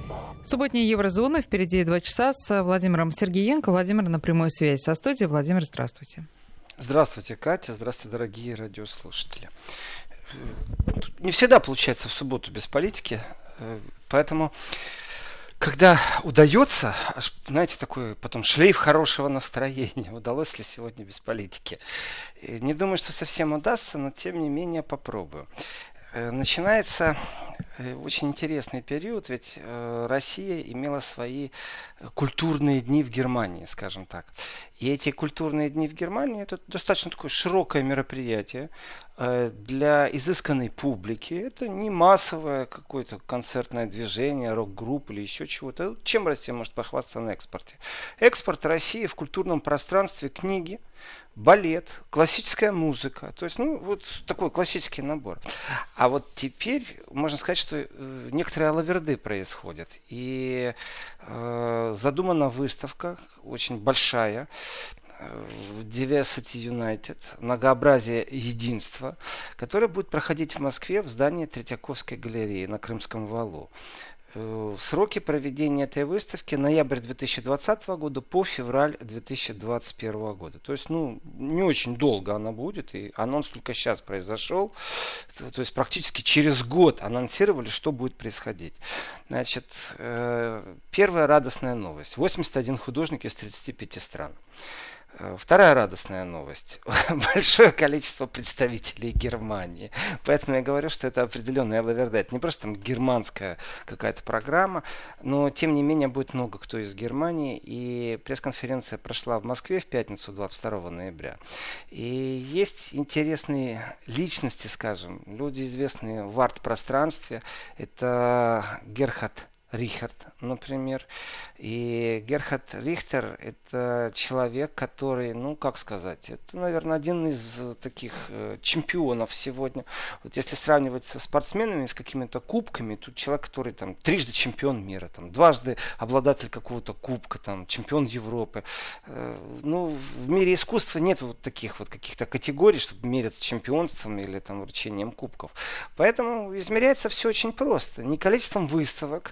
Субботняя Еврозона. Впереди 2 часа с Владимиром Сергеенко. Владимир на прямой связи со студией. Владимир, здравствуйте. Здравствуйте, Катя. Здравствуйте, дорогие радиослушатели. Не всегда получается в субботу без политики, поэтому, когда удается, знаете, такой потом шлейф хорошего настроения, удалось ли сегодня без политики. Не думаю, что совсем удастся, но тем не менее попробую. Начинается очень интересный период, ведь Россия имела свои культурные дни в Германии, скажем так. И эти культурные дни в Германии это достаточно такое широкое мероприятие для изысканной публики. Это не массовое какое-то концертное движение, рок-групп или еще чего-то. Чем Россия может похвастаться на экспорте? Экспорт России в культурном пространстве: книги, балет, классическая музыка. То есть, вот такой классический набор. А вот теперь можно сказать, что некоторые алаверды происходят. И задумана выставка, очень большая, Diversity United, многообразие единства, которое будет проходить в Москве в здании Третьяковской галереи на Крымском валу. Сроки проведения этой выставки: ноябрь 2020 года по февраль 2021 года. То есть, не очень долго она будет, и анонс только сейчас произошел. То есть, практически через год анонсировали, что будет происходить. Значит, первая радостная новость: 81 художник из 35 стран. Вторая радостная новость: большое количество представителей Германии. Поэтому я говорю, что это определенная лаверда. Это не просто там германская какая-то программа, но тем не менее будет много кто из Германии. И пресс-конференция прошла в Москве в пятницу, 22 ноября. И есть интересные личности, скажем, люди, известные в арт-пространстве. Это Герхард Рихтер, например. И Герхард Рихтер — это человек, который, как сказать, это, наверное, один из таких чемпионов сегодня. Вот если сравнивать со спортсменами, с какими-то кубками, тут человек, который там трижды чемпион мира, там дважды обладатель какого-то кубка, там чемпион Европы. В мире искусства нет вот таких вот каких-то категорий, чтобы мериться чемпионством или там вручением кубков. Поэтому измеряется все очень просто. Не количеством выставок,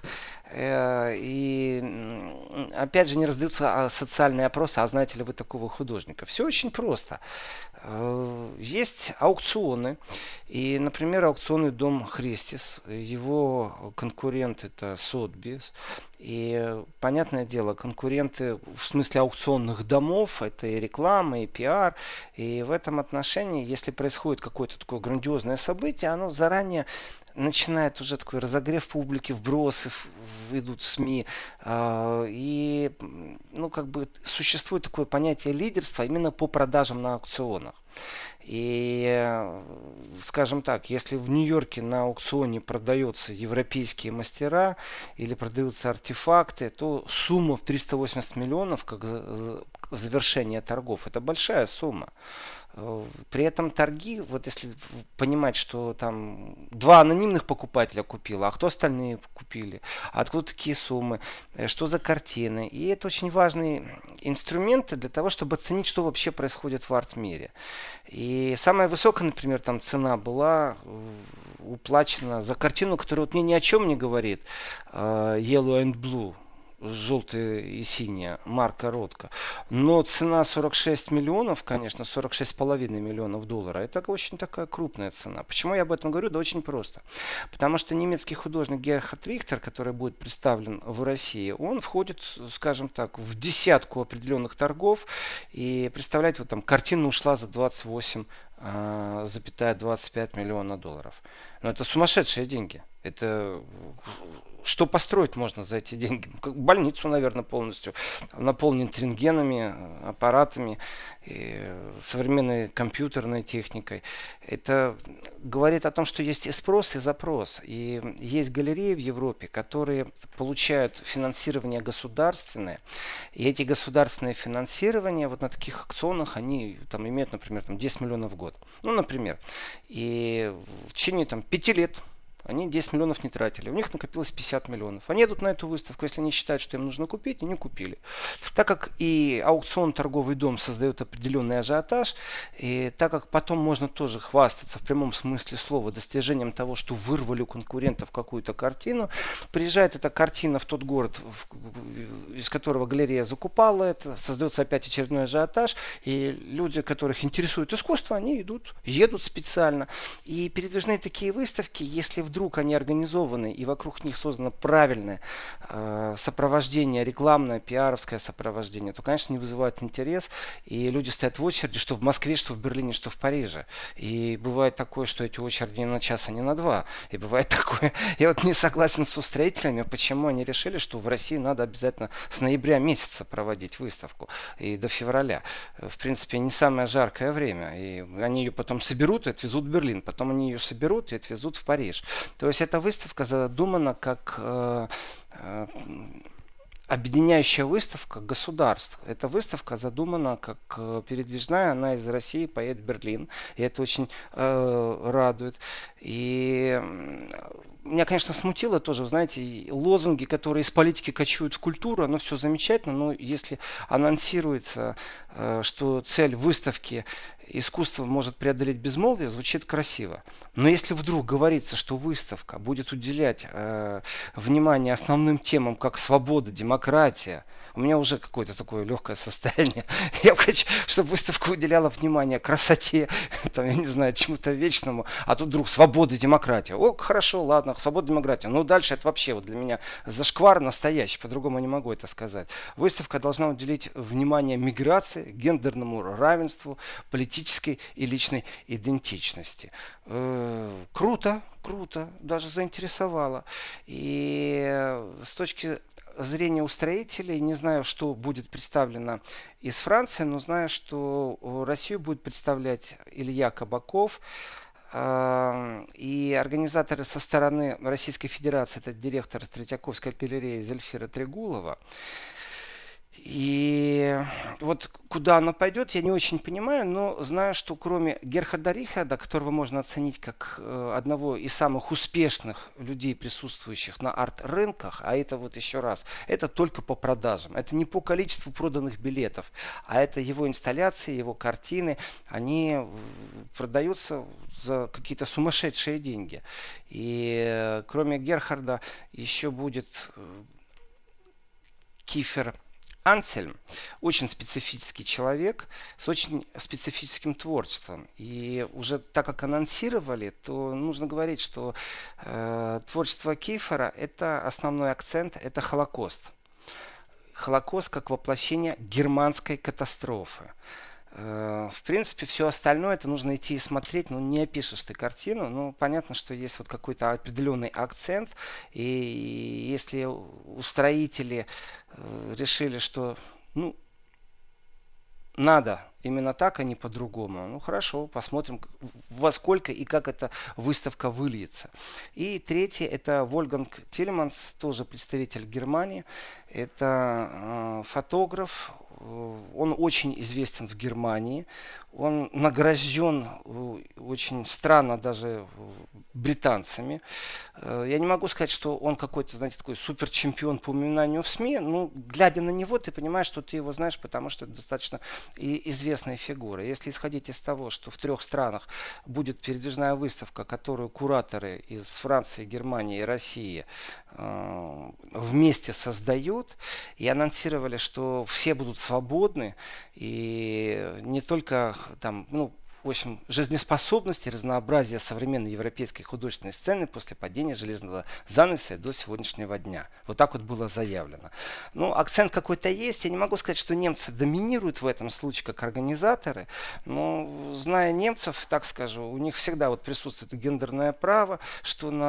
и опять же не раздаются социальные опросы, а знаете ли вы такого художника. Все очень просто. Есть аукционы. И, например, аукционный дом Христис. Его конкурент это Сотбис. И, понятное дело, конкуренты в смысле аукционных домов, это и реклама, и пиар. И в этом отношении, если происходит какое-то такое грандиозное событие, оно заранее начинает уже такой разогрев публики, вбросы идут в СМИ. И существует такое понятие лидерства именно по продажам на аукционах. И, скажем так, если в Нью-Йорке на аукционе продаются европейские мастера или продаются артефакты, то сумма в 380 миллионов как завершение торгов — это большая сумма. При этом торги, вот если понимать, что там 2 анонимных покупателя купило, а кто остальные купили, откуда такие суммы, что за картины. И это очень важные инструменты для того, чтобы оценить, что вообще происходит в арт-мире. И самая высокая, например, там цена была уплачена за картину, которая мне ни о чем не говорит, Yellow and Blue. Желтая и синяя, марка Ротко. Но цена 46 миллионов, конечно, 46,5 миллионов долларов. Это очень такая крупная цена. Почему я об этом говорю? Да очень просто. Потому что немецкий художник Герхард Рихтер, который будет представлен в России, он входит, скажем так, в десятку определенных торгов. И представляете, вот там картина ушла за 28,25 миллиона долларов. Но это сумасшедшие деньги. Это что построить можно за эти деньги? Больницу, наверное, полностью наполнить рентгенами, аппаратами, современной компьютерной техникой. Это говорит о том, что есть и спрос, и запрос. И есть галереи в Европе, которые получают финансирование государственное. И эти государственные финансирования вот на таких аукционах, они там имеют, например, 10 миллионов в год. Например. И в течение 5 лет Они 10 миллионов не тратили. У них накопилось 50 миллионов. Они едут на эту выставку, если они считают, что им нужно купить, и не купили. Так как и аукцион торговый дом создает определенный ажиотаж, и так как потом можно тоже хвастаться в прямом смысле слова достижением того, что вырвали у конкурентов какую-то картину, приезжает эта картина в тот город, из которого галерея закупала это, создается опять очередной ажиотаж, и люди, которых интересует искусство, они едут специально. И передвижные такие выставки, если вдруг они организованы и вокруг них создано правильное сопровождение, рекламное, пиаровское сопровождение, то, конечно, не вызывает интерес, и люди стоят в очереди, что в Москве, что в Берлине, что в Париже. И бывает такое, что эти очереди не на час, а не на два. И бывает такое, я вот не согласен с устроителями, почему они решили, что в России надо обязательно с ноября месяца проводить выставку и до февраля. В принципе, не самое жаркое время. И они ее потом соберут и отвезут в Берлин. Потом они ее соберут и отвезут в Париж. То есть эта выставка задумана как объединяющая выставка государств. Эта выставка задумана как передвижная, она из России поедет в Берлин. И это очень радует. И меня, конечно, смутило тоже, знаете, лозунги, которые из политики кочуют в культуру, оно все замечательно, но если анонсируется, что цель выставки искусство может преодолеть безмолвие, звучит красиво. Но если вдруг говорится, что выставка будет уделять внимание основным темам, как свобода, демократия, у меня уже какое-то такое легкое состояние. Я хочу, чтобы выставка уделяла внимание красоте, там, я не знаю, чему-то вечному, а тут вдруг свобода и демократия. О, хорошо, ладно, свобода и демократия. Но дальше это вообще вот для меня зашквар настоящий, по-другому не могу это сказать. Выставка должна уделить внимание миграции, гендерному равенству, политической и личной идентичности. Круто, даже заинтересовало. И с точки зрения устроителей, не знаю, что будет представлено из Франции, но знаю, что Россию будет представлять Илья Кабаков. И организаторы со стороны Российской Федерации, это директор Третьяковской галереи Зельфира Трегулова. И вот куда оно пойдет, я не очень понимаю, но знаю, что кроме Герхарда Рихарда, которого можно оценить как одного из самых успешных людей, присутствующих на арт-рынках, а это вот еще раз, это только по продажам, это не по количеству проданных билетов, а это его инсталляции, его картины, они продаются за какие-то сумасшедшие деньги. И кроме Герхарда еще будет Кифер Ансельм, очень специфический человек с очень специфическим творчеством. И уже так как анонсировали, то нужно говорить, что творчество Кифера – это основной акцент, это Холокост. Холокост как воплощение германской катастрофы. В принципе, все остальное это нужно идти и смотреть, ну не опишешь ты картину, ну понятно, что есть вот какой-то определенный акцент, и если устроители решили, что ну надо именно так, а не по-другому. Ну хорошо, посмотрим, во сколько и как эта выставка выльется. И третий, это Вольфганг Тилеманс, тоже представитель Германии. Это фотограф, он очень известен в Германии. Он награжден очень странно даже британцами. Я не могу сказать, что он какой-то, знаете, такой суперчемпион по упоминанию в СМИ. Ну, глядя на него, ты понимаешь, что ты его знаешь, потому что это достаточно известная фигура. Если исходить из того, что в 3 странах будет передвижная выставка, которую кураторы из Франции, Германии и России вместе создают, и анонсировали, что все будут свободны, и не только там, ну, в общем, жизнеспособность и разнообразие современной европейской художественной сцены после падения железного занавеса до сегодняшнего дня. Вот так вот было заявлено. Ну, акцент какой-то есть. Я не могу сказать, что немцы доминируют в этом случае как организаторы, но, зная немцев, так скажу, у них всегда вот присутствует гендерное право, что на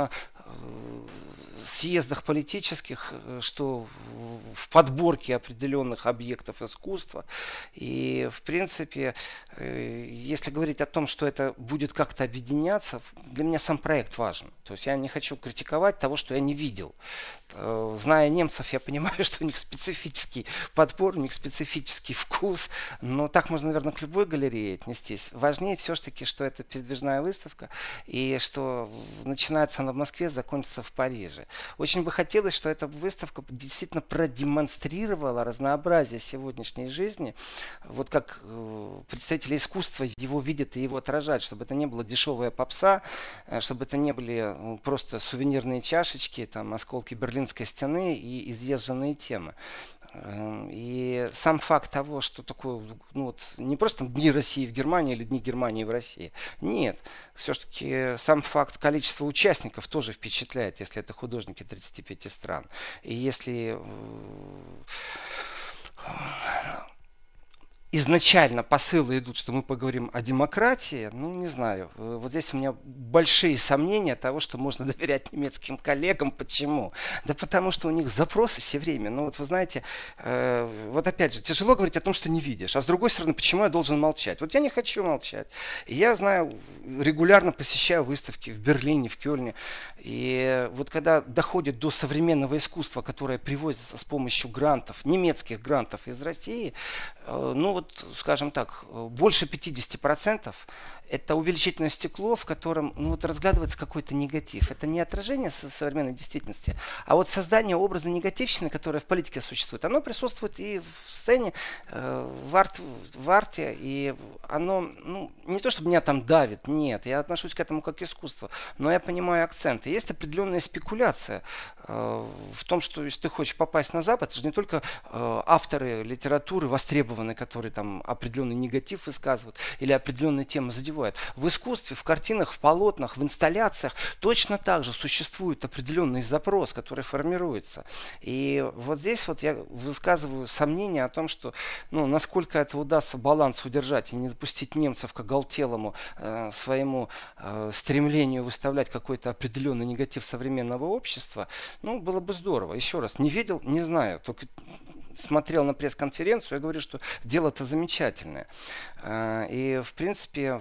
съездах политических, что в подборке определенных объектов искусства. И, в принципе, если говорить о том, что это будет как-то объединяться, для меня сам проект важен. То есть я не хочу критиковать того, что я не видел. Зная немцев, я понимаю, что у них специфический подбор, у них специфический вкус, но так можно, наверное, к любой галерее отнестись. Важнее все-таки, что это передвижная выставка, и что начинается она в Москве, закончится в Париже. Очень бы хотелось, что эта выставка действительно продемонстрировала разнообразие сегодняшней жизни, вот как представители искусства его видят и его отражают, чтобы это не было дешевая попса, чтобы это не были просто сувенирные чашечки, там, осколки Берлинской стены и изъезженные темы. И сам факт того, что такое, не просто Дни России в Германии или Дни Германии в России. Нет. Все-таки сам факт количества участников тоже впечатляет, если это художники 35 стран. И если изначально посылы идут, что мы поговорим о демократии, не знаю. Вот здесь у меня большие сомнения того, что можно доверять немецким коллегам. Почему? Да потому что у них запросы все время. Вы знаете, вот опять же, тяжело говорить о том, что не видишь. А с другой стороны, почему я должен молчать? Вот я не хочу молчать. И я знаю, регулярно посещаю выставки в Берлине, в Кёльне. И вот когда доходит до современного искусства, которое привозится с помощью грантов, немецких грантов из России, скажем так, больше 50% это увеличительное стекло, в котором разглядывается какой-то негатив. Это не отражение современной действительности, а вот создание образа негативщины, которая в политике существует. Оно присутствует и в сцене, в арте, и оно не то, чтобы меня там давит, нет, я отношусь к этому как к искусству, но я понимаю акценты. Есть определенная спекуляция в том, что если ты хочешь попасть на Запад, это же не только авторы литературы востребованы, которые там определенный негатив высказывают или определенные темы задевают. В искусстве, в картинах, в полотнах, в инсталляциях точно так же существует определенный запрос, который формируется. И вот здесь вот я высказываю сомнения о том, что насколько это удастся баланс удержать и не допустить немцев к оголтелому своему стремлению выставлять какой-то определенный негатив современного общества, было бы здорово. Еще раз, не видел, не знаю, только смотрел на пресс-конференцию, я говорю, что дело-то замечательное. И, в принципе,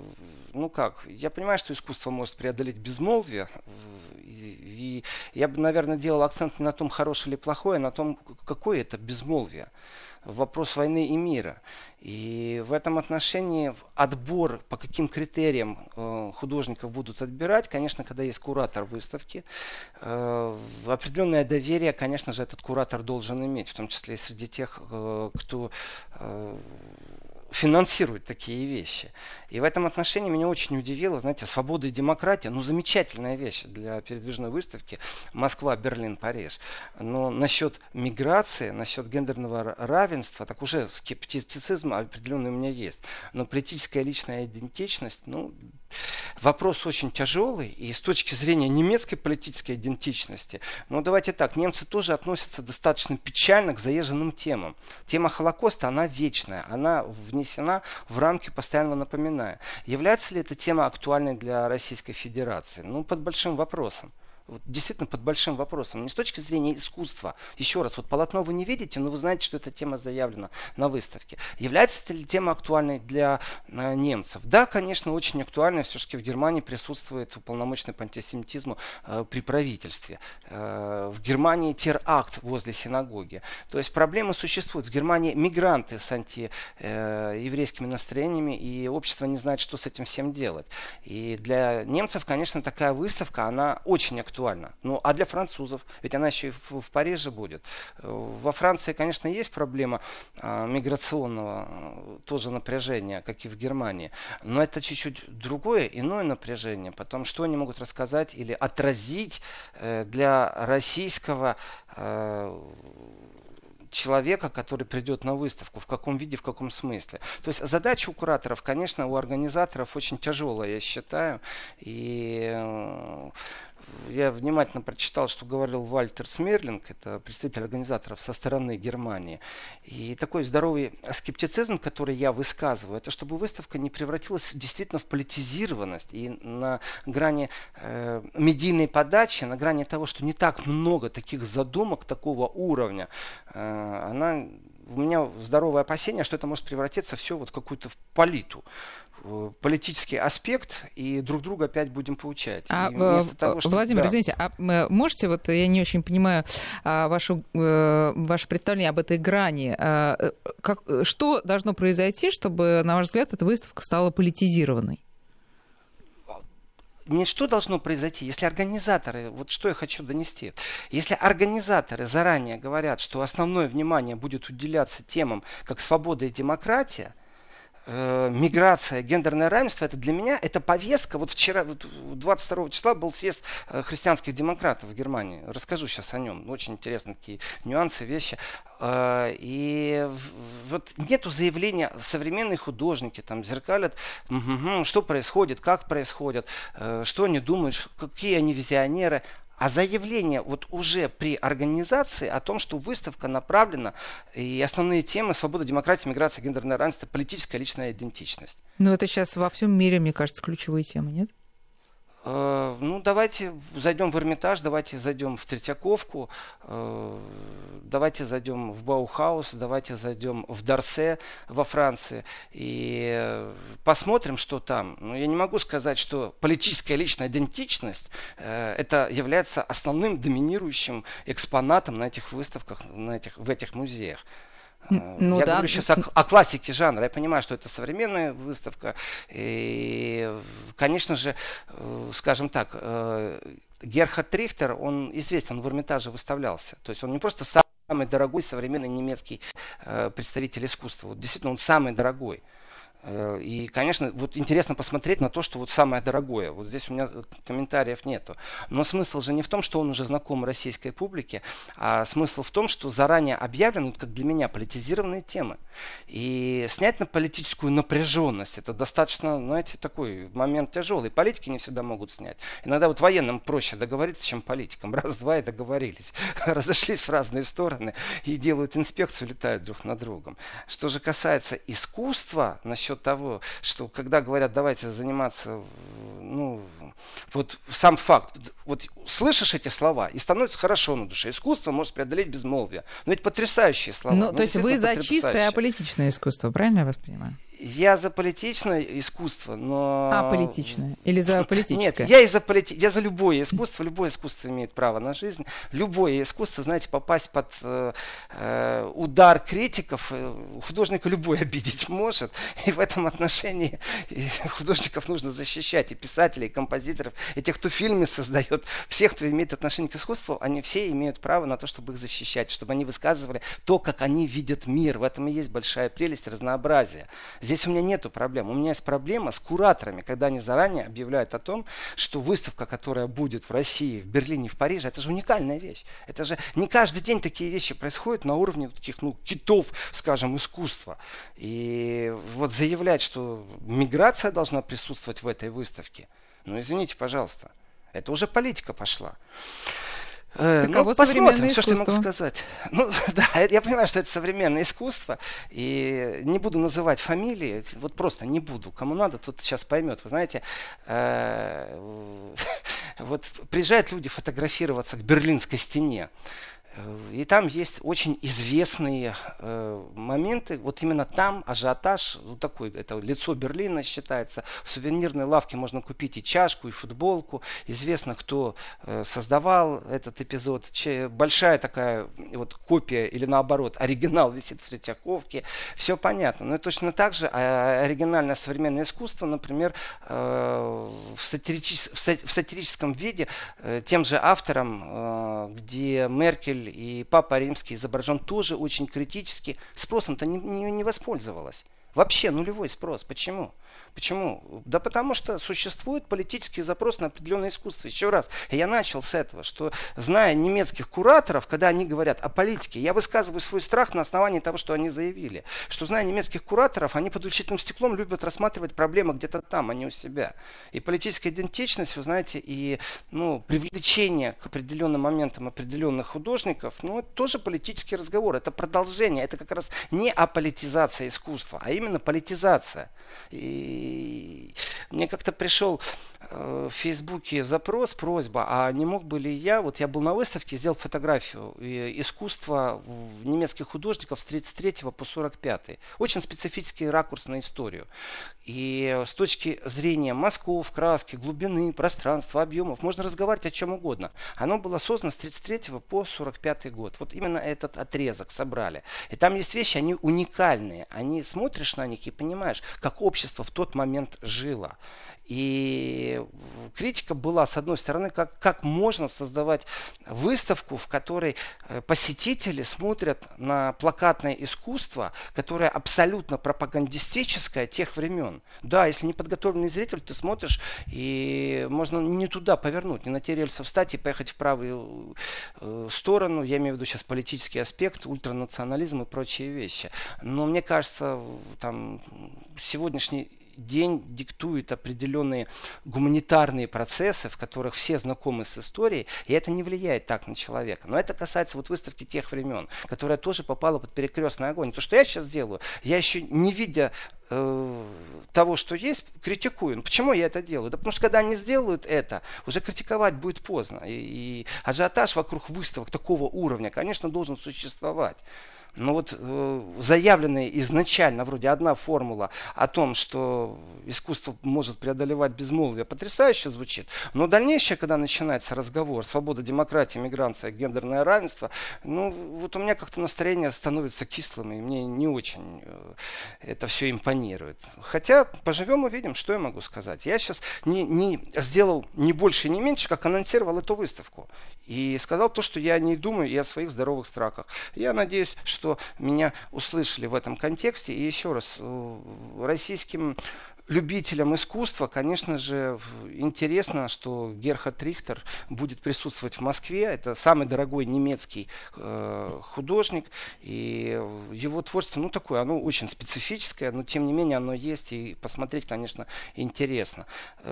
я понимаю, что искусство может преодолеть безмолвие, и я бы, наверное, делал акцент не на том, хорошее или плохое, а на том, какое это безмолвие. Вопрос войны и мира. И в этом отношении отбор, по каким критериям художников будут отбирать, конечно, когда есть куратор выставки, определенное доверие, конечно же, этот куратор должен иметь, в том числе и среди тех, кто финансирует такие вещи. И в этом отношении меня очень удивило, знаете, свобода и демократия, замечательная вещь для передвижной выставки Москва, Берлин, Париж. Но насчет миграции, насчет гендерного равенства, так уже скептицизм определенный у меня есть. Но политическая личная идентичность, вопрос очень тяжелый. И с точки зрения немецкой политической идентичности, давайте так, немцы тоже относятся достаточно печально к заезженным темам. Тема Холокоста, она вечная, она внесена в рамки, постоянно напоминая. Является ли эта тема актуальной для Российской Федерации? Под большим вопросом. Действительно под большим вопросом. Не с точки зрения искусства. Еще раз, полотно вы не видите, но вы знаете, что эта тема заявлена на выставке. Является ли тема актуальной для немцев? Да, конечно, очень актуальной. Все-таки в Германии присутствует уполномоченный по антисемитизму при правительстве. В Германии теракт возле синагоги. То есть проблемы существуют. В Германии мигранты с антиеврейскими настроениями, и общество не знает, что с этим всем делать. И для немцев, конечно, такая выставка, она очень актуальна. А для французов, ведь она еще и в Париже будет. Во Франции, конечно, есть проблема миграционного тоже напряжения, как и в Германии. Но это чуть-чуть другое, иное напряжение. Потом, что они могут рассказать или отразить для российского человека, который придет на выставку, в каком виде, в каком смысле. То есть задача у кураторов, конечно, у организаторов очень тяжелая, я считаю. И я внимательно прочитал, что говорил Вальтер Смерлинг, это представитель организаторов со стороны Германии. И такой здоровый скептицизм, который я высказываю, это чтобы выставка не превратилась действительно в политизированность и на грани медийной подачи, на грани того, что не так много таких задумок такого уровня. У меня здоровое опасение, что это может превратиться все вот в какую-то политический аспект, и друг друга опять будем поучать. Владимир, извините, можете, вот я не очень понимаю ваше представление об этой грани. Что должно произойти, чтобы, на ваш взгляд, эта выставка стала политизированной? Что должно произойти, если организаторы, вот что я хочу донести, если организаторы заранее говорят, что основное внимание будет уделяться темам, как свобода и демократия, миграция, гендерное равенство, это для меня это повестка. Вот вчера, 22 числа был съезд христианских демократов в Германии. Расскажу сейчас о нем. Очень интересные такие нюансы, вещи. И вот нету заявления, современные художники там зеркалят, что происходит, как происходит, что они думают, какие они визионеры. А заявление вот уже при организации о том, что выставка направлена, и основные темы: свобода, демократия, миграция, гендерное равенство, политическая личная идентичность. Ну, это сейчас во всем мире, мне кажется, ключевые темы, нет? Давайте зайдем в Эрмитаж, давайте зайдем в Третьяковку, давайте зайдем в Баухаус, давайте зайдем в Дарсе во Франции и посмотрим, что там. Но я не могу сказать, что политическая личная идентичность это является основным доминирующим экспонатом на этих выставках, в этих музеях. Я говорю сейчас о классике жанра. Я понимаю, что это современная выставка. И, конечно же, скажем так, Герхард Рихтер, он известен, он в Эрмитаже выставлялся. То есть он не просто самый дорогой современный немецкий представитель искусства. Вот, действительно, он самый дорогой. И, конечно, вот интересно посмотреть на то, что вот самое дорогое. Вот здесь у меня комментариев нету. Но смысл же не в том, что он уже знаком российской публике, а смысл в том, что заранее объявлены, как для меня, политизированные темы. И снять на политическую напряженность, это достаточно, знаете, такой момент тяжелый. Политики не всегда могут снять. Иногда вот военным проще договориться, чем политикам. Раз-два и договорились. Разошлись в разные стороны и делают инспекцию, летают друг над другом. Что же касается искусства, насчет того, что когда говорят, давайте заниматься, вот сам факт, вот слышишь эти слова и становится хорошо на душе. Искусство может преодолеть безмолвие. Но ведь потрясающие слова. То есть вы за чистое аполитичное искусство, правильно я вас понимаю? Я за политичное искусство, но... Аполитичное? Или за политическое? Нет, я за любое искусство. Любое искусство имеет право на жизнь. Любое искусство, знаете, попасть под удар критиков, художника любой обидеть может. И в этом отношении художников нужно защищать. И писателей, и композиторов, и тех, кто фильмы создает. Всех, кто имеет отношение к искусству, они все имеют право на то, чтобы их защищать. Чтобы они высказывали то, как они видят мир. В этом и есть большая прелесть, разнообразие. Здесь у меня нету проблем. У меня есть проблема с кураторами, когда они заранее объявляют о том, что выставка, которая будет в России, в Берлине, в Париже, это же уникальная вещь. Это же не каждый день такие вещи происходят на уровне таких, китов, скажем, искусства. И вот заявлять, что миграция должна присутствовать в этой выставке, извините, пожалуйста, это уже политика пошла. Посмотрим, все, что я могу сказать. Я понимаю, что это современное искусство, и не буду называть фамилии, вот просто не буду. Кому надо, тот сейчас поймет. Вы знаете, вот приезжают люди фотографироваться к Берлинской стене. И там есть очень известные моменты. Вот именно там ажиотаж, такой, это лицо Берлина считается. В сувенирной лавке можно купить и чашку, и футболку. Известно, кто создавал этот эпизод. Большая такая вот копия, или наоборот, оригинал висит в Третьяковке. Все понятно. Но точно так же оригинальное современное искусство, например, в сатирическом виде тем же автором, где Меркель и Папа Римский изображен тоже очень критически, спросом-то не воспользовалась. Вообще нулевой спрос. Почему? Почему? Да потому что существует политический запрос на определенное искусство. Еще раз, я начал с этого, что зная немецких кураторов, когда они говорят о политике, я высказываю свой страх на основании того, что они заявили. Что зная немецких кураторов, они под увеличительным стеклом любят рассматривать проблемы где-то там, а не у себя. И политическая идентичность, вы знаете, и привлечение к определенным моментам определенных художников, это тоже политический разговор. Это продолжение. Это как раз не аполитизация искусства, а именно политизация. И мне как-то пришел в Фейсбуке запрос, просьба, а не мог бы ли я был на выставке, сделал фотографию искусства немецких художников с 33 по 45. Очень специфический ракурс на историю. И с точки зрения мазков, краски, глубины, пространства, объемов, можно разговаривать о чем угодно. Оно было создано с 33 по 45 год. Вот именно этот отрезок собрали. И там есть вещи, они уникальные. Они смотришь на них и понимаешь, как общество в тот момент жило. И критика была, с одной стороны, как можно создавать выставку, в которой посетители смотрят на плакатное искусство, которое абсолютно пропагандистическое тех времен. Да, если неподготовленный зритель, ты смотришь, и можно не туда повернуть, не на те рельсы встать и поехать в правую сторону. Я имею в виду сейчас политический аспект, ультранационализм и прочие вещи. Но мне кажется, сегодняшний день диктует определенные гуманитарные процессы, в которых все знакомы с историей, и это не влияет так на человека. Но это касается выставки тех времен, которая тоже попала под перекрестный огонь. То, что я сейчас делаю, я еще не видя того, что есть, критикую. Почему я это делаю? Да потому что когда они сделают это, уже критиковать будет поздно. И ажиотаж вокруг выставок такого уровня, конечно, должен существовать. Но заявленная изначально вроде одна формула о том, что искусство может преодолевать безмолвие, потрясающе звучит. Но дальнейшее, когда начинается разговор, свобода, демократия, миграция, гендерное равенство, у меня как-то настроение становится кислым, и мне не очень это все импонирует. Хотя поживем увидим, что я могу сказать. Я сейчас не сделал ни больше, ни меньше, как анонсировал эту выставку. И сказал то, что я не думаю, и о своих здоровых страхах. Я надеюсь, что меня услышали в этом контексте. И еще раз, российским любителям искусства, конечно же, интересно, что Герхард Рихтер будет присутствовать в Москве. Это самый дорогой немецкий художник. И его творчество, такое, оно очень специфическое, но тем не менее оно есть. И посмотреть, конечно, интересно.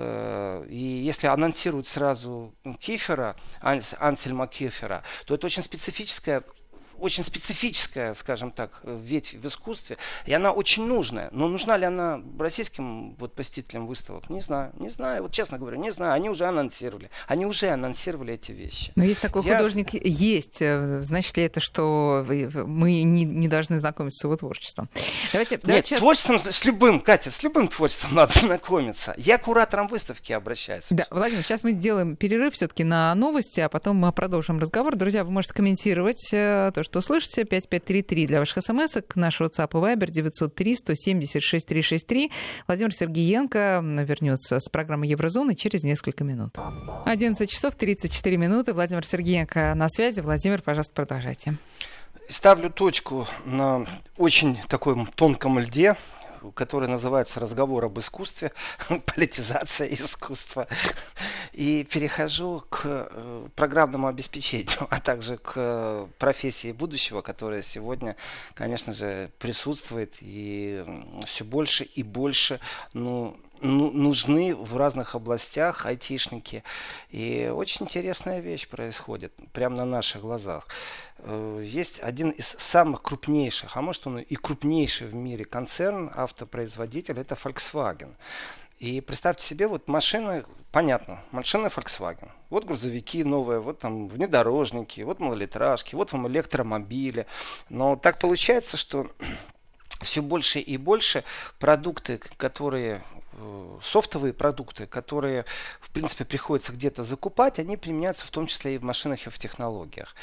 И если анонсируют сразу Кифера, Ансельма Кифера, то это очень специфическая, скажем так, ветвь в искусстве, и она очень нужная. Но нужна ли она российским посетителям выставок? Не знаю. Честно говоря, не знаю. Они уже анонсировали эти вещи. Но если такой художник есть, значит ли это, что мы не должны знакомиться с его творчеством? Нет, творчеством с любым творчеством надо знакомиться. Я к кураторам выставки обращаюсь. Да, Владимир, сейчас мы сделаем перерыв все-таки на новости, а потом мы продолжим разговор. Друзья, вы можете комментировать то, что услышите. 5533 для ваших смс-ок. Наш WhatsApp и Viber 903-170-6363. Владимир Сергеенко вернется с программы Еврозоны через несколько минут. 11 часов 34 минуты. Владимир Сергеенко на связи. Владимир, пожалуйста, продолжайте. Ставлю точку на очень таком тонком льде, который называется «Разговор об искусстве», политизация искусства. И перехожу к программному обеспечению, а также к профессии будущего, которая сегодня, конечно же, присутствует и все больше и больше нужны в разных областях айтишники. И очень интересная вещь происходит прямо на наших глазах. Есть один из самых крупнейших, а может он и крупнейший в мире концерн, автопроизводитель, это Volkswagen. И представьте себе, машины, понятно, машины Volkswagen. Вот грузовики новые, вот там внедорожники, вот малолитражки, вот вам электромобили. Но так получается, что все больше и больше продукты, софтовые продукты, которые, в принципе, приходится где-то закупать, они применяются в том числе и в машинах, и в технологиях.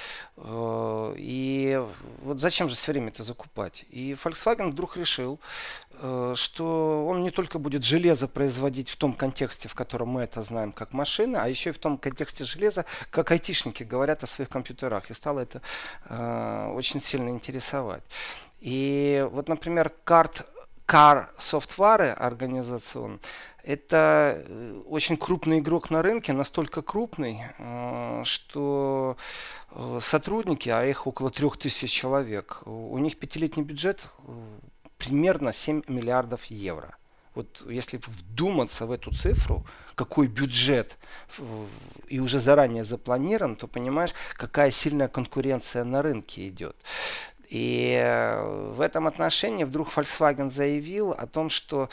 И зачем же все время это закупать? И Volkswagen вдруг решил, что он не только будет железо производить в том контексте, в котором мы это знаем как машины, а еще и в том контексте железа, как айтишники говорят о своих компьютерах. И стало это очень сильно интересовать. И например, Car Software организацион. Это очень крупный игрок на рынке, настолько крупный, что сотрудники, а их около 3000 человек, у них пятилетний бюджет примерно 7 миллиардов евро. Вот если вдуматься в эту цифру, какой бюджет и уже заранее запланирован, то понимаешь, какая сильная конкуренция на рынке идет. И в этом отношении вдруг Volkswagen заявил о том, что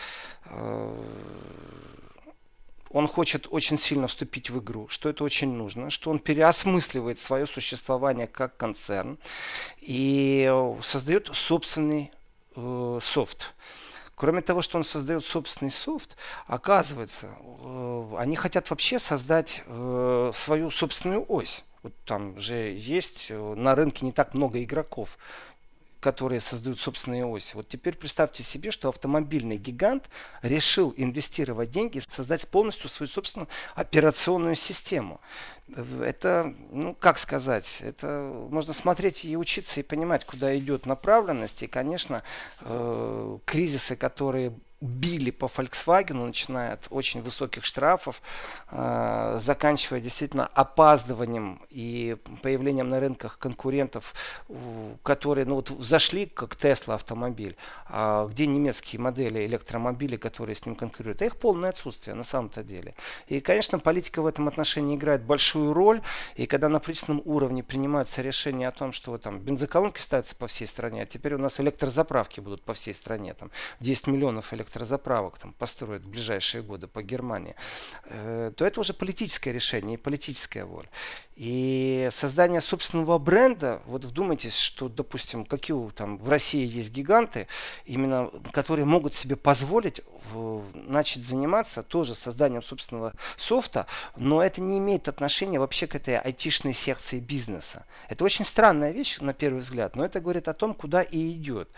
он хочет очень сильно вступить в игру, что это очень нужно, что он переосмысливает свое существование как концерн и создает собственный софт. Кроме того, что он создает собственный софт, оказывается, они хотят вообще создать свою собственную ось. Вот там же есть на рынке не так много игроков, которые создают собственные оси. Вот теперь представьте себе, что автомобильный гигант решил инвестировать деньги, создать полностью свою собственную операционную систему. Это, ну, как сказать, это можно смотреть и учиться, и понимать, куда идет направленность. И, конечно, кризисы, которые били по Volkswagen, начиная от очень высоких штрафов, заканчивая действительно опаздыванием и появлением на рынках конкурентов, которые вот зашли, как Tesla автомобиль, а где немецкие модели электромобилей, которые с ним конкурируют, а их полное отсутствие на самом-то деле. И, конечно, политика в этом отношении играет большую роль, и когда на правительственном уровне принимаются решения о том, что там бензоколонки ставятся по всей стране, а теперь у нас электрозаправки будут по всей стране, там 10 миллионов электрозаправок там построят в ближайшие годы по Германии, то это уже политическое решение и политическая воля. И создание собственного бренда, вот вдумайтесь, что, допустим, какие там в России есть гиганты, именно которые могут себе позволить начать заниматься тоже созданием собственного софта, но это не имеет отношения вообще к этой айтишной секции бизнеса. Это очень странная вещь на первый взгляд, но это говорит о том, куда и идет.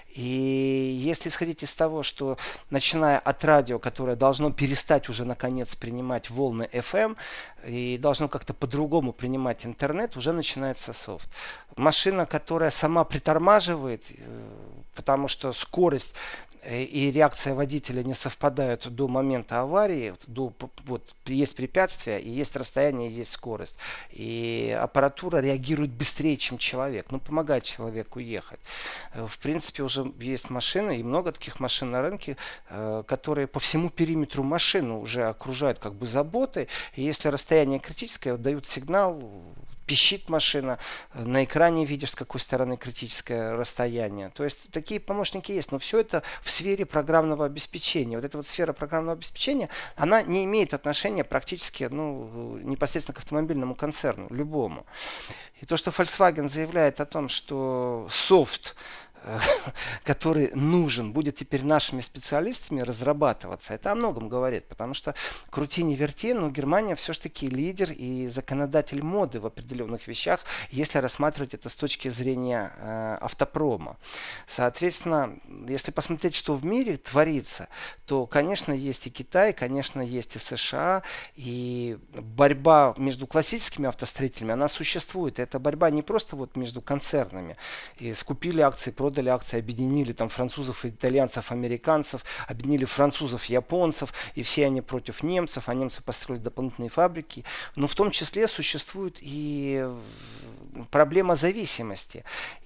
И если исходить из того, что начиная от радио, которое должно перестать уже наконец принимать волны FM и должно как-то по-другому принимать интернет, уже начинается софт. Машина, которая сама притормаживает, потому что скорость и реакция водителя не совпадают до момента аварии, есть препятствие, и есть расстояние, и есть скорость. И аппаратура реагирует быстрее, чем человек, помогает человеку ехать. В принципе, уже есть машины, и много таких машин на рынке, которые по всему периметру машины уже окружают как бы заботой, и если расстояние критическое, дают сигнал, пищит машина, на экране видишь, с какой стороны критическое расстояние. То есть такие помощники есть, но все это в сфере программного обеспечения. Вот эта вот сфера программного обеспечения, она не имеет отношения практически непосредственно к автомобильному концерну, любому. И то, что Volkswagen заявляет о том, что софт, который нужен, будет теперь нашими специалистами разрабатываться, это о многом говорит, потому что крути не верти, но Германия все-таки лидер и законодатель моды в определенных вещах, если рассматривать это с точки зрения автопрома. Соответственно, если посмотреть, что в мире творится, то, конечно, есть и Китай, конечно, есть и США, и борьба между классическими автостроителями, она существует. Это борьба не просто между концернами, и скупили акции, продали акции, объединили там французов, итальянцев, американцев, объединили французов, японцев, и все они против немцев, а немцы построили дополнительные фабрики. Но в том числе существует и проблема зависимости.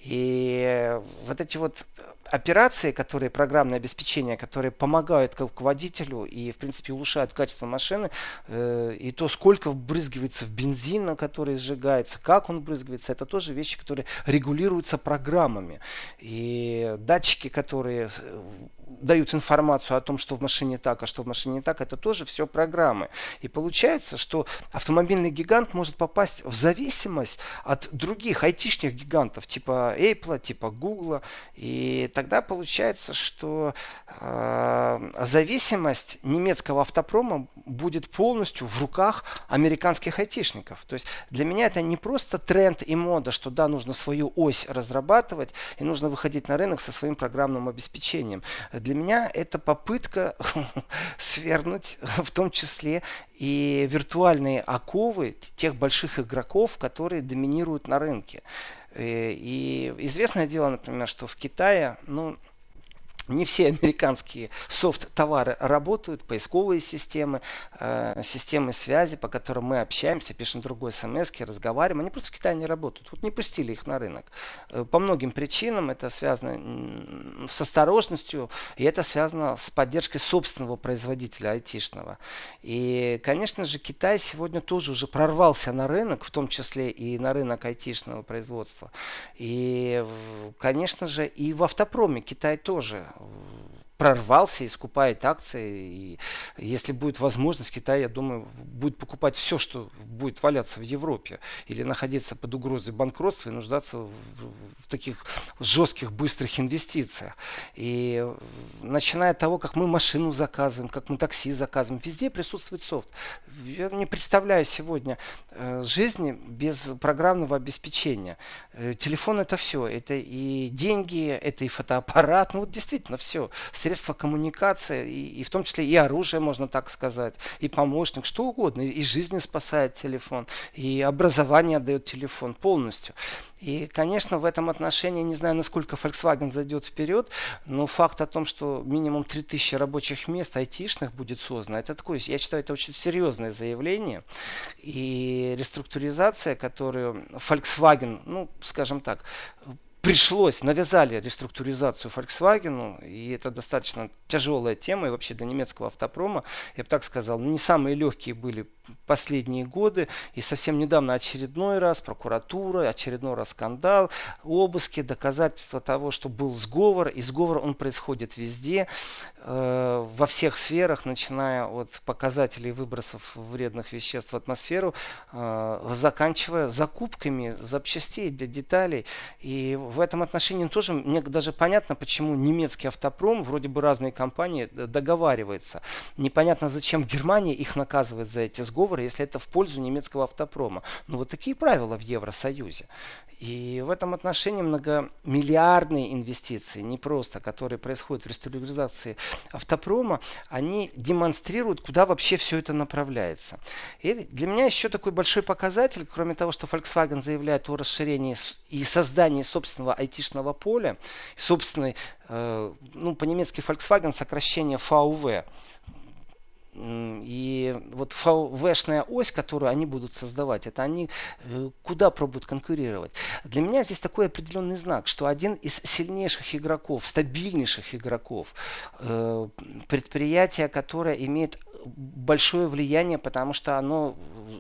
И вот эти операции, которые программное обеспечение, которые помогают как водителю и, в принципе, улучшают качество машины, и то, сколько вбрызгивается в бензин, который сжигается, как он вбрызгивается, это тоже вещи, которые регулируются программами. И датчики, которые дают информацию о том, что в машине так, а что в машине не так, это тоже все программы. И получается, что автомобильный гигант может попасть в зависимость от других айтишных гигантов, типа Apple, типа Google. И тогда получается, что зависимость немецкого автопрома будет полностью в руках американских айтишников. То есть для меня это не просто тренд и мода, что да, нужно свою ось разрабатывать и нужно выходить на рынок со своим программным обеспечением. Для меня это попытка свернуть в том числе и виртуальные оковы тех больших игроков, которые доминируют на рынке. И известное дело, например, что в Китае, Не все американские софт-товары работают, поисковые системы, системы связи, по которым мы общаемся, пишем другой смс-ки, разговариваем, они просто в Китае не работают. Вот не пустили их на рынок. По многим причинам это связано с осторожностью, и это связано с поддержкой собственного производителя айтишного. И, конечно же, Китай сегодня тоже уже прорвался на рынок, в том числе и на рынок айтишного производства. И, конечно же, и в автопроме Китай тоже прорвался и скупает акции. И если будет возможность, Китай, я думаю, будет покупать все, что будет валяться в Европе. Или находиться под угрозой банкротства и нуждаться в таких жестких, быстрых инвестициях. И начиная от того, как мы машину заказываем, как мы такси заказываем, везде присутствует софт. Я не представляю сегодня жизни без программного обеспечения. Телефон — это все. Это и деньги, это и фотоаппарат. Ну вот действительно все. Средства коммуникации, и в том числе и оружие, можно так сказать, и помощник, что угодно. И жизни спасает телефон, и образование дает телефон полностью. И, конечно, в этом отношении, не знаю, насколько Volkswagen зайдет вперед, но факт о том, что минимум 3000 рабочих мест айтишных будет создано, это такое, я считаю, это очень серьезное заявление. И реструктуризация, которую Volkswagen, ну, скажем так, навязали реструктуризацию Volkswagen, и это достаточно тяжелая тема, и вообще для немецкого автопрома, я бы так сказал, не самые легкие были последние годы, и совсем недавно очередной раз прокуратура, очередной раз скандал, обыски, доказательства того, что был сговор, и сговор он происходит везде, во всех сферах, начиная от показателей выбросов вредных веществ в атмосферу, заканчивая закупками запчастей для деталей. И в этом отношении тоже мне даже понятно, почему немецкий автопром, вроде бы разные компании, договариваются. Непонятно, зачем Германия их наказывает за эти сговоры, если это в пользу немецкого автопрома. Но вот такие правила в Евросоюзе. И в этом отношении многомиллиардные инвестиции, не просто, которые происходят в реструктуризации автопрома, они демонстрируют, куда вообще все это направляется. И для меня еще такой большой показатель, кроме того, что Volkswagen заявляет о расширении и создании собственного айтишного поля, собственной, по-немецки Volkswagen сокращение VW. И вот VW-шная ось, которую они будут создавать, это они куда пробуют конкурировать. Для меня здесь такой определенный знак, что один из сильнейших игроков, стабильнейших игроков, предприятие, которое имеет большое влияние, потому что оно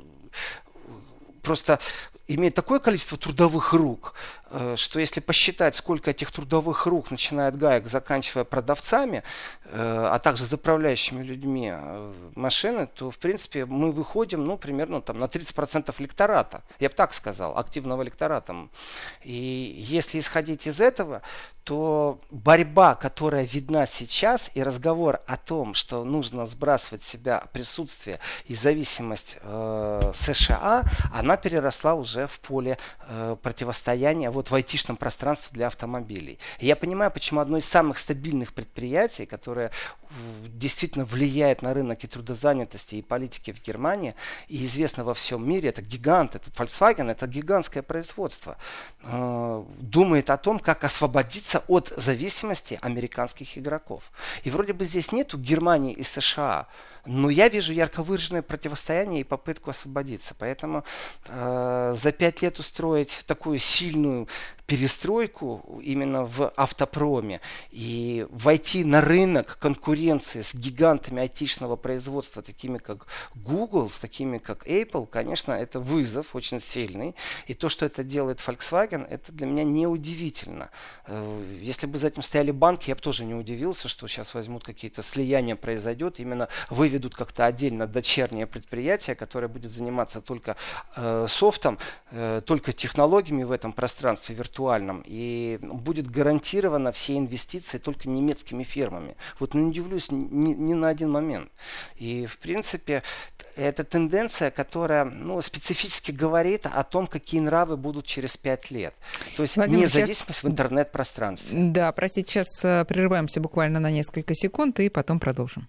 просто имеет такое количество трудовых рук, что если посчитать, сколько этих трудовых рук, начиная от гаек, заканчивая продавцами, а также заправляющими людьми машины, то, в принципе, мы выходим, примерно на 30% лектората. Я бы так сказал, активного лектората. И если исходить из этого, то борьба, которая видна сейчас, и разговор о том, что нужно сбрасывать с себя присутствие и зависимость США, она переросла уже в поле противостояния в айтишном пространстве для автомобилей. И я понимаю, почему одно из самых стабильных предприятий, которое действительно влияет на рынок и трудозанятости, и политики в Германии, и известно во всем мире, это гигант, это Volkswagen, это гигантское производство, думает о том, как освободиться от зависимости американских игроков. И вроде бы здесь нету Германии и США, но я вижу ярко выраженное противостояние и попытку освободиться. Поэтому за 5 лет устроить такую сильную перестройку именно в автопроме и войти на рынок конкуренции с гигантами айтишного производства, такими как Google, с такими как Apple, конечно, это вызов очень сильный. И то, что это делает Volkswagen, это для меня неудивительно. Если бы за этим стояли банки, я бы тоже не удивился, что сейчас возьмут какие-то слияния, произойдет, именно выведут как-то отдельно дочернее предприятие, которое будет заниматься только софтом, только технологиями в этом пространстве виртуальном, и будет гарантировано все инвестиции только немецкими фирмами. Вот не удивлюсь ни на один момент. И в принципе это тенденция, которая специфически говорит о том, какие нравы будут через 5 лет. То есть Владимир, независимость в интернет-пространстве. Да, простите, сейчас прерываемся буквально на несколько секунд и потом продолжим.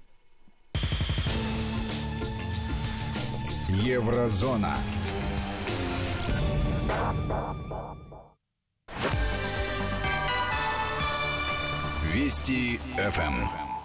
Еврозона. Вести ФМ.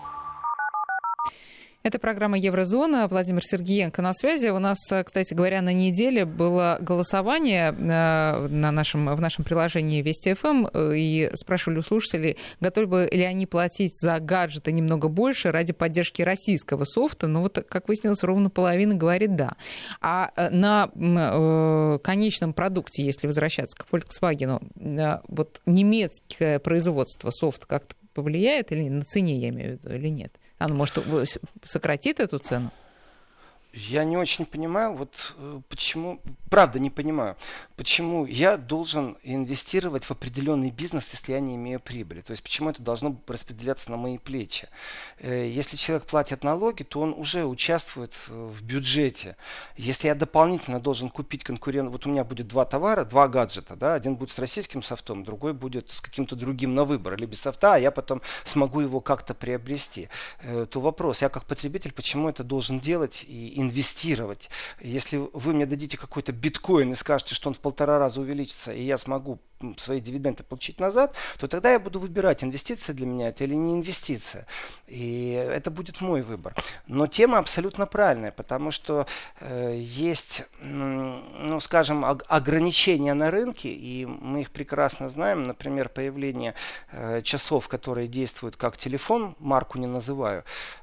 Это программа «Еврозона». Владимир Сергеенко на связи. У нас, кстати говоря, на неделе было голосование в нашем приложении Вести ФМ. И спрашивали у слушателей, готовы ли они платить за гаджеты немного больше ради поддержки российского софта. Ну вот, как выяснилось, ровно половина говорит «да». А на конечном продукте, если возвращаться к Volkswagen, вот немецкое производство софта как-то повлияет или на цене, я имею в виду, или нет? Оно, может, сократит эту цену? Я не очень понимаю, вот почему, правда не понимаю, почему я должен инвестировать в определенный бизнес, если я не имею прибыли. То есть почему это должно распределяться на мои плечи. Если человек платит налоги, то он уже участвует в бюджете. Если я дополнительно должен купить конкурент, вот у меня будет два товара, два гаджета, да, один будет с российским софтом, другой будет с каким-то другим на выбор, или без софта, а я потом смогу его как-то приобрести. То вопрос, я как потребитель, почему это должен делать и инвестировать. Если вы мне дадите какой-то биткоин и скажете, что он в 1,5 раза увеличится, и я смогу свои дивиденды получить назад, то тогда я буду выбирать, инвестиция для меня это или не инвестиция. И это будет мой выбор. Но тема абсолютно правильная, потому что есть, ну, скажем, ограничения на рынке, и мы их прекрасно знаем. Например, появление часов, которые действуют как телефон, марку не называю.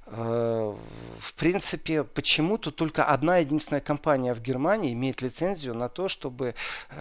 В принципе, почему-то только одна единственная компания в Германии имеет лицензию на то, чтобы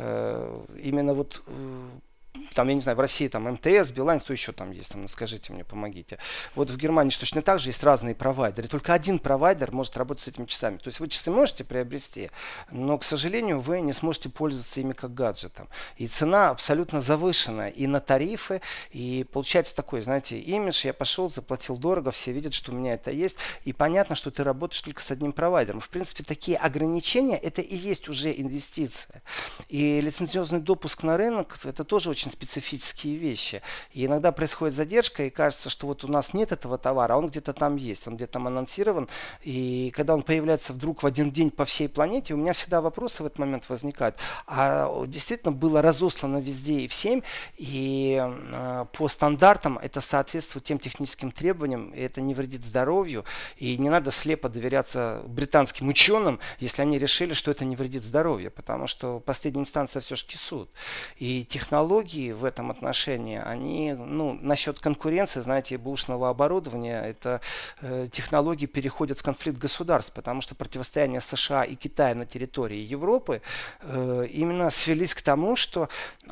именно вот там, я не знаю, в России там МТС, Билайн, кто еще там есть, там, скажите мне, помогите. Вот в Германии точно так же есть разные провайдеры. Только один провайдер может работать с этими часами. То есть вы часы можете приобрести, но, к сожалению, вы не сможете пользоваться ими как гаджетом. И цена абсолютно завышенная и на тарифы, и получается такой, знаете, имидж. Я пошел, заплатил дорого, все видят, что у меня это есть, и понятно, что ты работаешь только с одним провайдером. В принципе, такие ограничения, это и есть уже инвестиция. И лицензионный допуск на рынок, это тоже очень специфические вещи. И иногда происходит задержка, и кажется, что вот у нас нет этого товара, а он где-то там есть, он где-то там анонсирован. И когда он появляется вдруг в один день по всей планете, у меня всегда вопросы в этот момент возникают. А действительно было разослано везде и всем, и по стандартам это соответствует тем техническим требованиям, и это не вредит здоровью, и не надо слепо доверяться британским ученым, если они решили, что это не вредит здоровью, потому что последняя инстанция все-таки суд. И технологии в этом отношении, они, ну, насчет конкуренции, знаете, бэушного оборудования, это технологии переходят в конфликт государств, потому что противостояние США и Китая на территории Европы именно свелись к тому, что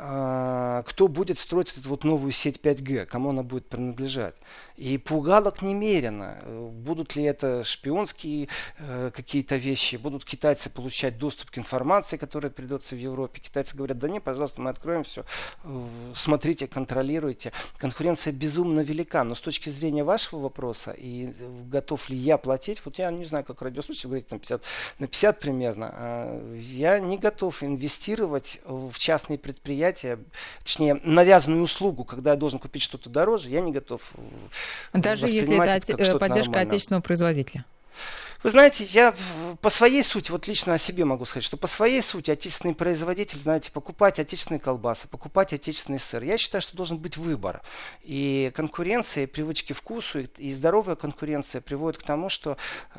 кто будет строить эту вот новую сеть 5G, кому она будет принадлежать. И пугалок немерено. Будут ли это шпионские какие-то вещи, будут китайцы получать доступ к информации, которая передается в Европе. Китайцы говорят, да не, пожалуйста, мы откроем все. Смотрите, контролируйте. Конкуренция безумно велика, но с точки зрения вашего вопроса, и готов ли я платить, вот я не знаю, как радиослушатель говорит, там 50 на 50 примерно, я не готов инвестировать в частные предприятия, точнее, навязанную услугу, когда я должен купить что-то дороже, я не готов. Даже если это поддержка отечественного производителя. Вы знаете, я по своей сути, вот лично о себе могу сказать, что по своей сути отечественный производитель, знаете, покупать отечественные колбасы, покупать отечественный сыр. Я считаю, что должен быть выбор. И конкуренция, и привычки вкусу, и здоровая конкуренция приводит к тому, что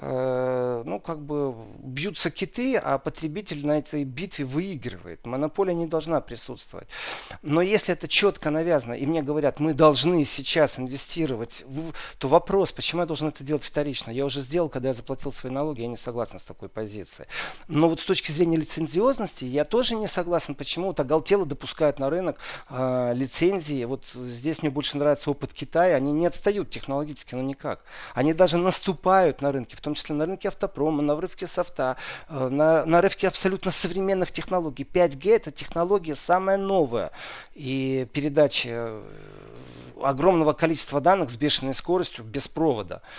бьются киты, а потребитель на этой битве выигрывает. Монополия не должна присутствовать. Но если это четко навязано, и мне говорят, мы должны сейчас инвестировать, то вопрос, почему я должен это делать вторично? Я уже сделал, когда я заплатил свои налоги, я не согласен с такой позицией. Но вот с точки зрения лицензиозности я тоже не согласен, почему вот оголтело допускают на рынок лицензии. Вот здесь мне больше нравится опыт Китая. Они не отстают технологически, но никак. Они даже наступают на рынке, в том числе на рынке автопрома, на рынке софта, на рынке абсолютно современных технологий. 5G это технология самая новая. И передача огромного количества данных с бешеной скоростью без провода.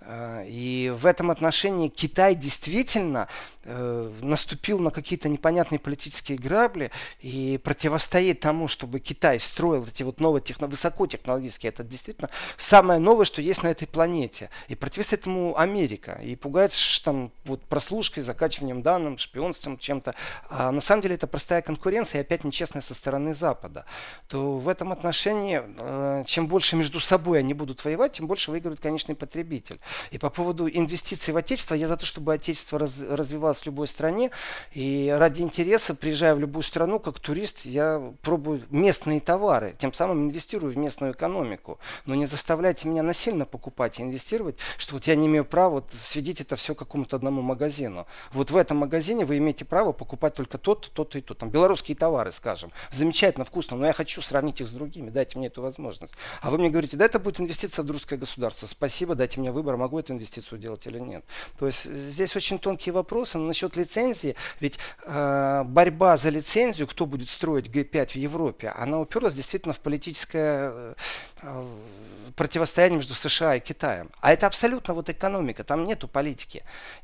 И в этом отношении Китай действительно наступил на какие-то непонятные политические грабли и противостоит тому, чтобы Китай строил эти вот новые высокотехнологические. Это действительно самое новое, что есть на этой планете. И противостоит этому Америка. И пугается там вот прослушкой, закачиванием данных, шпионством, чем-то. А на самом деле это простая конкуренция и опять нечестная со стороны Запада. То в этом отношении, чем больше между собой они будут воевать, тем больше выигрывает конечный потребитель. И по поводу инвестиций в отечество, я за то, чтобы отечество развивалось в любой стране. И ради интереса, приезжая в любую страну, как турист, я пробую местные товары. Тем самым инвестирую в местную экономику. Но не заставляйте меня насильно покупать и инвестировать, что вот я не имею права вот сведить это все к какому-то одному магазину. Вот в этом магазине вы имеете право покупать только то-то, то-то и то. Там белорусские товары, скажем. Замечательно, вкусно, но я хочу сравнить их с другими. Дайте мне эту возможность. А вы мне говорите, да, это будет инвестиция в русское государство. Спасибо, дайте мне выбор, могу эту инвестицию делать или нет. То есть здесь очень тонкие вопросы. Но насчет лицензии, ведь борьба за лицензию, кто будет строить Г5 в Европе, она уперлась действительно в политическое противостояние между США и Китаем. А это абсолютно вот экономика, там нету политики.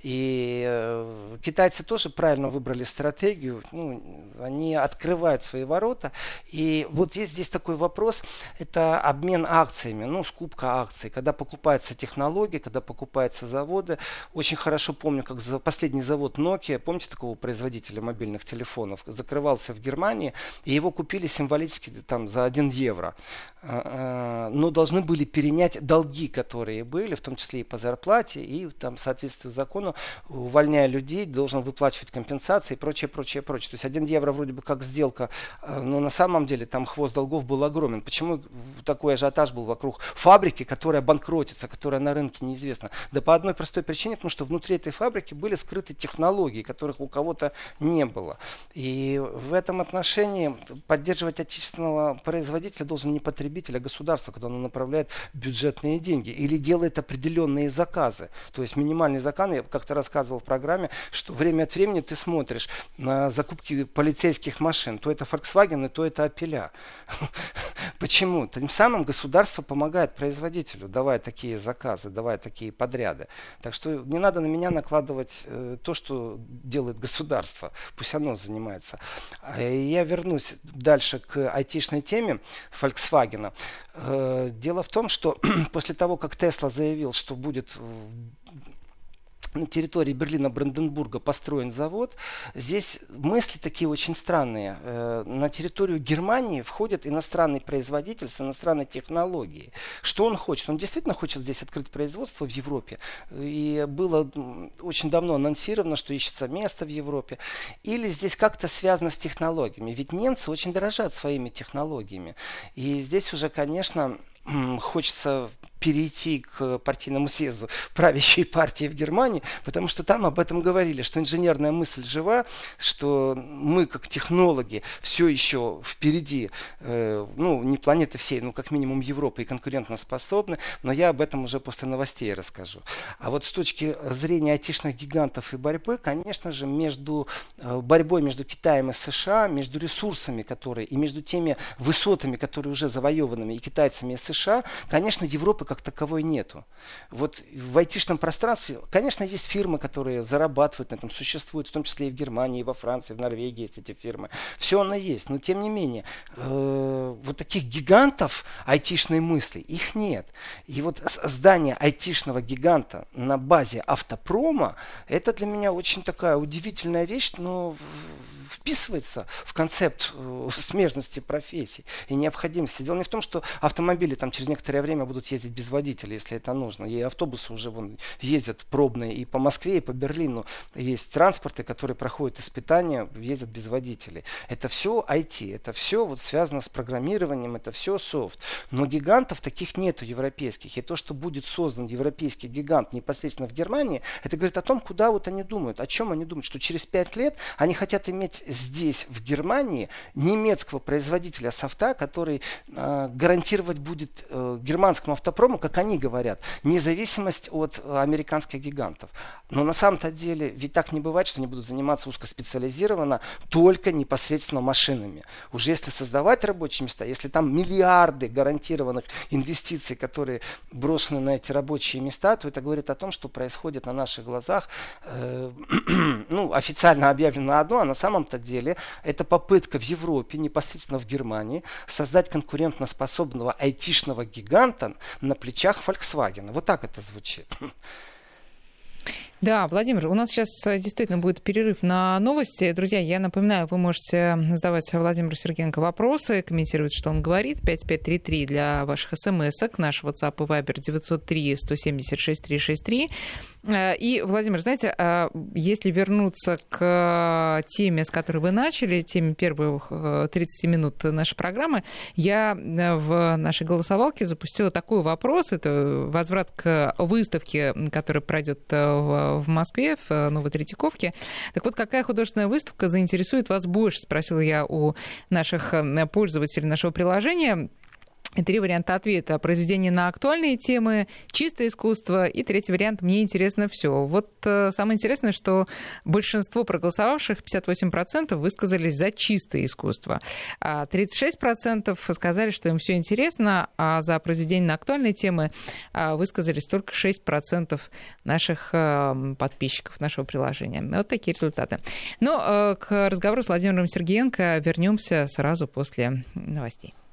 И китайцы тоже правильно выбрали стратегию, они открывают свои ворота. И вот есть здесь такой вопрос, это обмен акциями, скупка акций, когда покупаются технологии, когда покупаются заводы. Очень хорошо помню, как последний завод Nokia, помните такого производителя мобильных телефонов, закрывался в Германии, и его купили символически там за 1 евро. Но должны были перенять долги, которые были, в том числе и по зарплате, и там в соответствии с закону, увольняя людей, должен выплачивать компенсации и прочее, прочее, прочее. То есть 1 евро вроде бы как сделка, но на самом деле там хвост долгов был огромен. Почему такой ажиотаж был вокруг фабрики, которая банкротится, которая на рынке неизвестна? Да по одной простой причине, потому что внутри этой фабрики были скрыты технологии, которых у кого-то не было. И в этом отношении поддерживать отечественного производителя должен не потребитель, а государство, когда оно направляет бюджетные деньги или делает определенные заказы. То есть минимальный заказ, я как-то рассказывал в программе, что время от времени ты смотришь на закупки полицейских машин. То это Volkswagen, то это Opel. Почему? Тем самым государство помогает производителю, давая такие заказы, давая такие подряды. Так что не надо на меня накладывать то, что делает государство. Пусть оно занимается. Я вернусь дальше к айтишной теме Volkswagen. Дело в том, что после того, как Tesla заявил, что будет на территории Берлина-Бранденбурга построен завод, здесь мысли такие очень странные. На территорию Германии входит иностранный производитель с иностранной технологией. Что он хочет? Он действительно хочет здесь открыть производство в Европе. И было очень давно анонсировано, что ищется место в Европе. Или здесь как-то связано с технологиями. Ведь немцы очень дорожат своими технологиями. И здесь уже, конечно, хочется перейти к партийному съезду правящей партии в Германии, потому что там об этом говорили, что инженерная мысль жива, что мы как технологи все еще впереди, не планеты всей, как минимум Европы и конкурентоспособны, но я об этом уже после новостей расскажу. А вот с точки зрения айтишных гигантов и борьбы, конечно же, борьбой между Китаем и США, между ресурсами, и между теми высотами, которые уже завоеванными и китайцами, и США, конечно, Европы как таковой нету. Вот в айтишном пространстве, конечно, есть фирмы, которые зарабатывают на этом, существуют, в том числе и в Германии, и во Франции, в Норвегии есть эти фирмы. Все оно есть, но тем не менее, вот таких гигантов айтишной мысли, их нет. И вот создание айтишного гиганта на базе автопрома, это для меня очень такая удивительная вещь, но вписывается в концепт смежности профессий и необходимости. Дело не в том, что автомобили там через некоторое время будут ездить без водителя, если это нужно. И автобусы уже ездят пробные и по Москве, и по Берлину. Есть транспорты, которые проходят испытания, ездят без водителей. Это все IT, это все связано с программированием, это все софт. Но гигантов таких нету европейских. И то, что будет создан европейский гигант непосредственно в Германии, это говорит о том, куда они думают, о чем они думают, что через 5 лет они хотят иметь здесь, в Германии, немецкого производителя софта, который гарантировать будет германскому автопрому «Газпрому», как они говорят, независимость от американских гигантов. Но на самом-то деле ведь так не бывает, что они будут заниматься узкоспециализированно только непосредственно машинами. Уже если создавать рабочие места, если там миллиарды гарантированных инвестиций, которые брошены на эти рабочие места, то это говорит о том, что происходит на наших глазах, официально объявлено одно, а на самом-то деле это попытка в Европе, непосредственно в Германии, создать конкурентоспособного айтишного гиганта на плечах Volkswagen. Вот так это звучит. Да, Владимир, у нас сейчас действительно будет перерыв на новости. Друзья, я напоминаю, вы можете задавать Владимиру Сергеенко вопросы, комментировать, что он говорит. 5533 для ваших смс-ок. Наш WhatsApp и Viber 903-176-363. И, Владимир, знаете, если вернуться к теме, с которой вы начали, теме первых 30 минут нашей программы, я в нашей голосовалке запустила такой вопрос. Это возврат к выставке, которая пройдет в Москве, в Новой Третьяковке. Так вот, какая художественная выставка заинтересует вас больше, спросила я у наших пользователей нашего приложения. 3 варианта ответа. Произведения на актуальные темы, чистое искусство. И 3-й вариант «Мне интересно все». Вот самое интересное, что большинство проголосовавших, 58%, высказались за чистое искусство. 36% сказали, что им все интересно, а за произведения на актуальные темы высказались только 6% наших подписчиков нашего приложения. Вот такие результаты. Но к разговору с Владимиром Сергеенко вернемся сразу после новостей.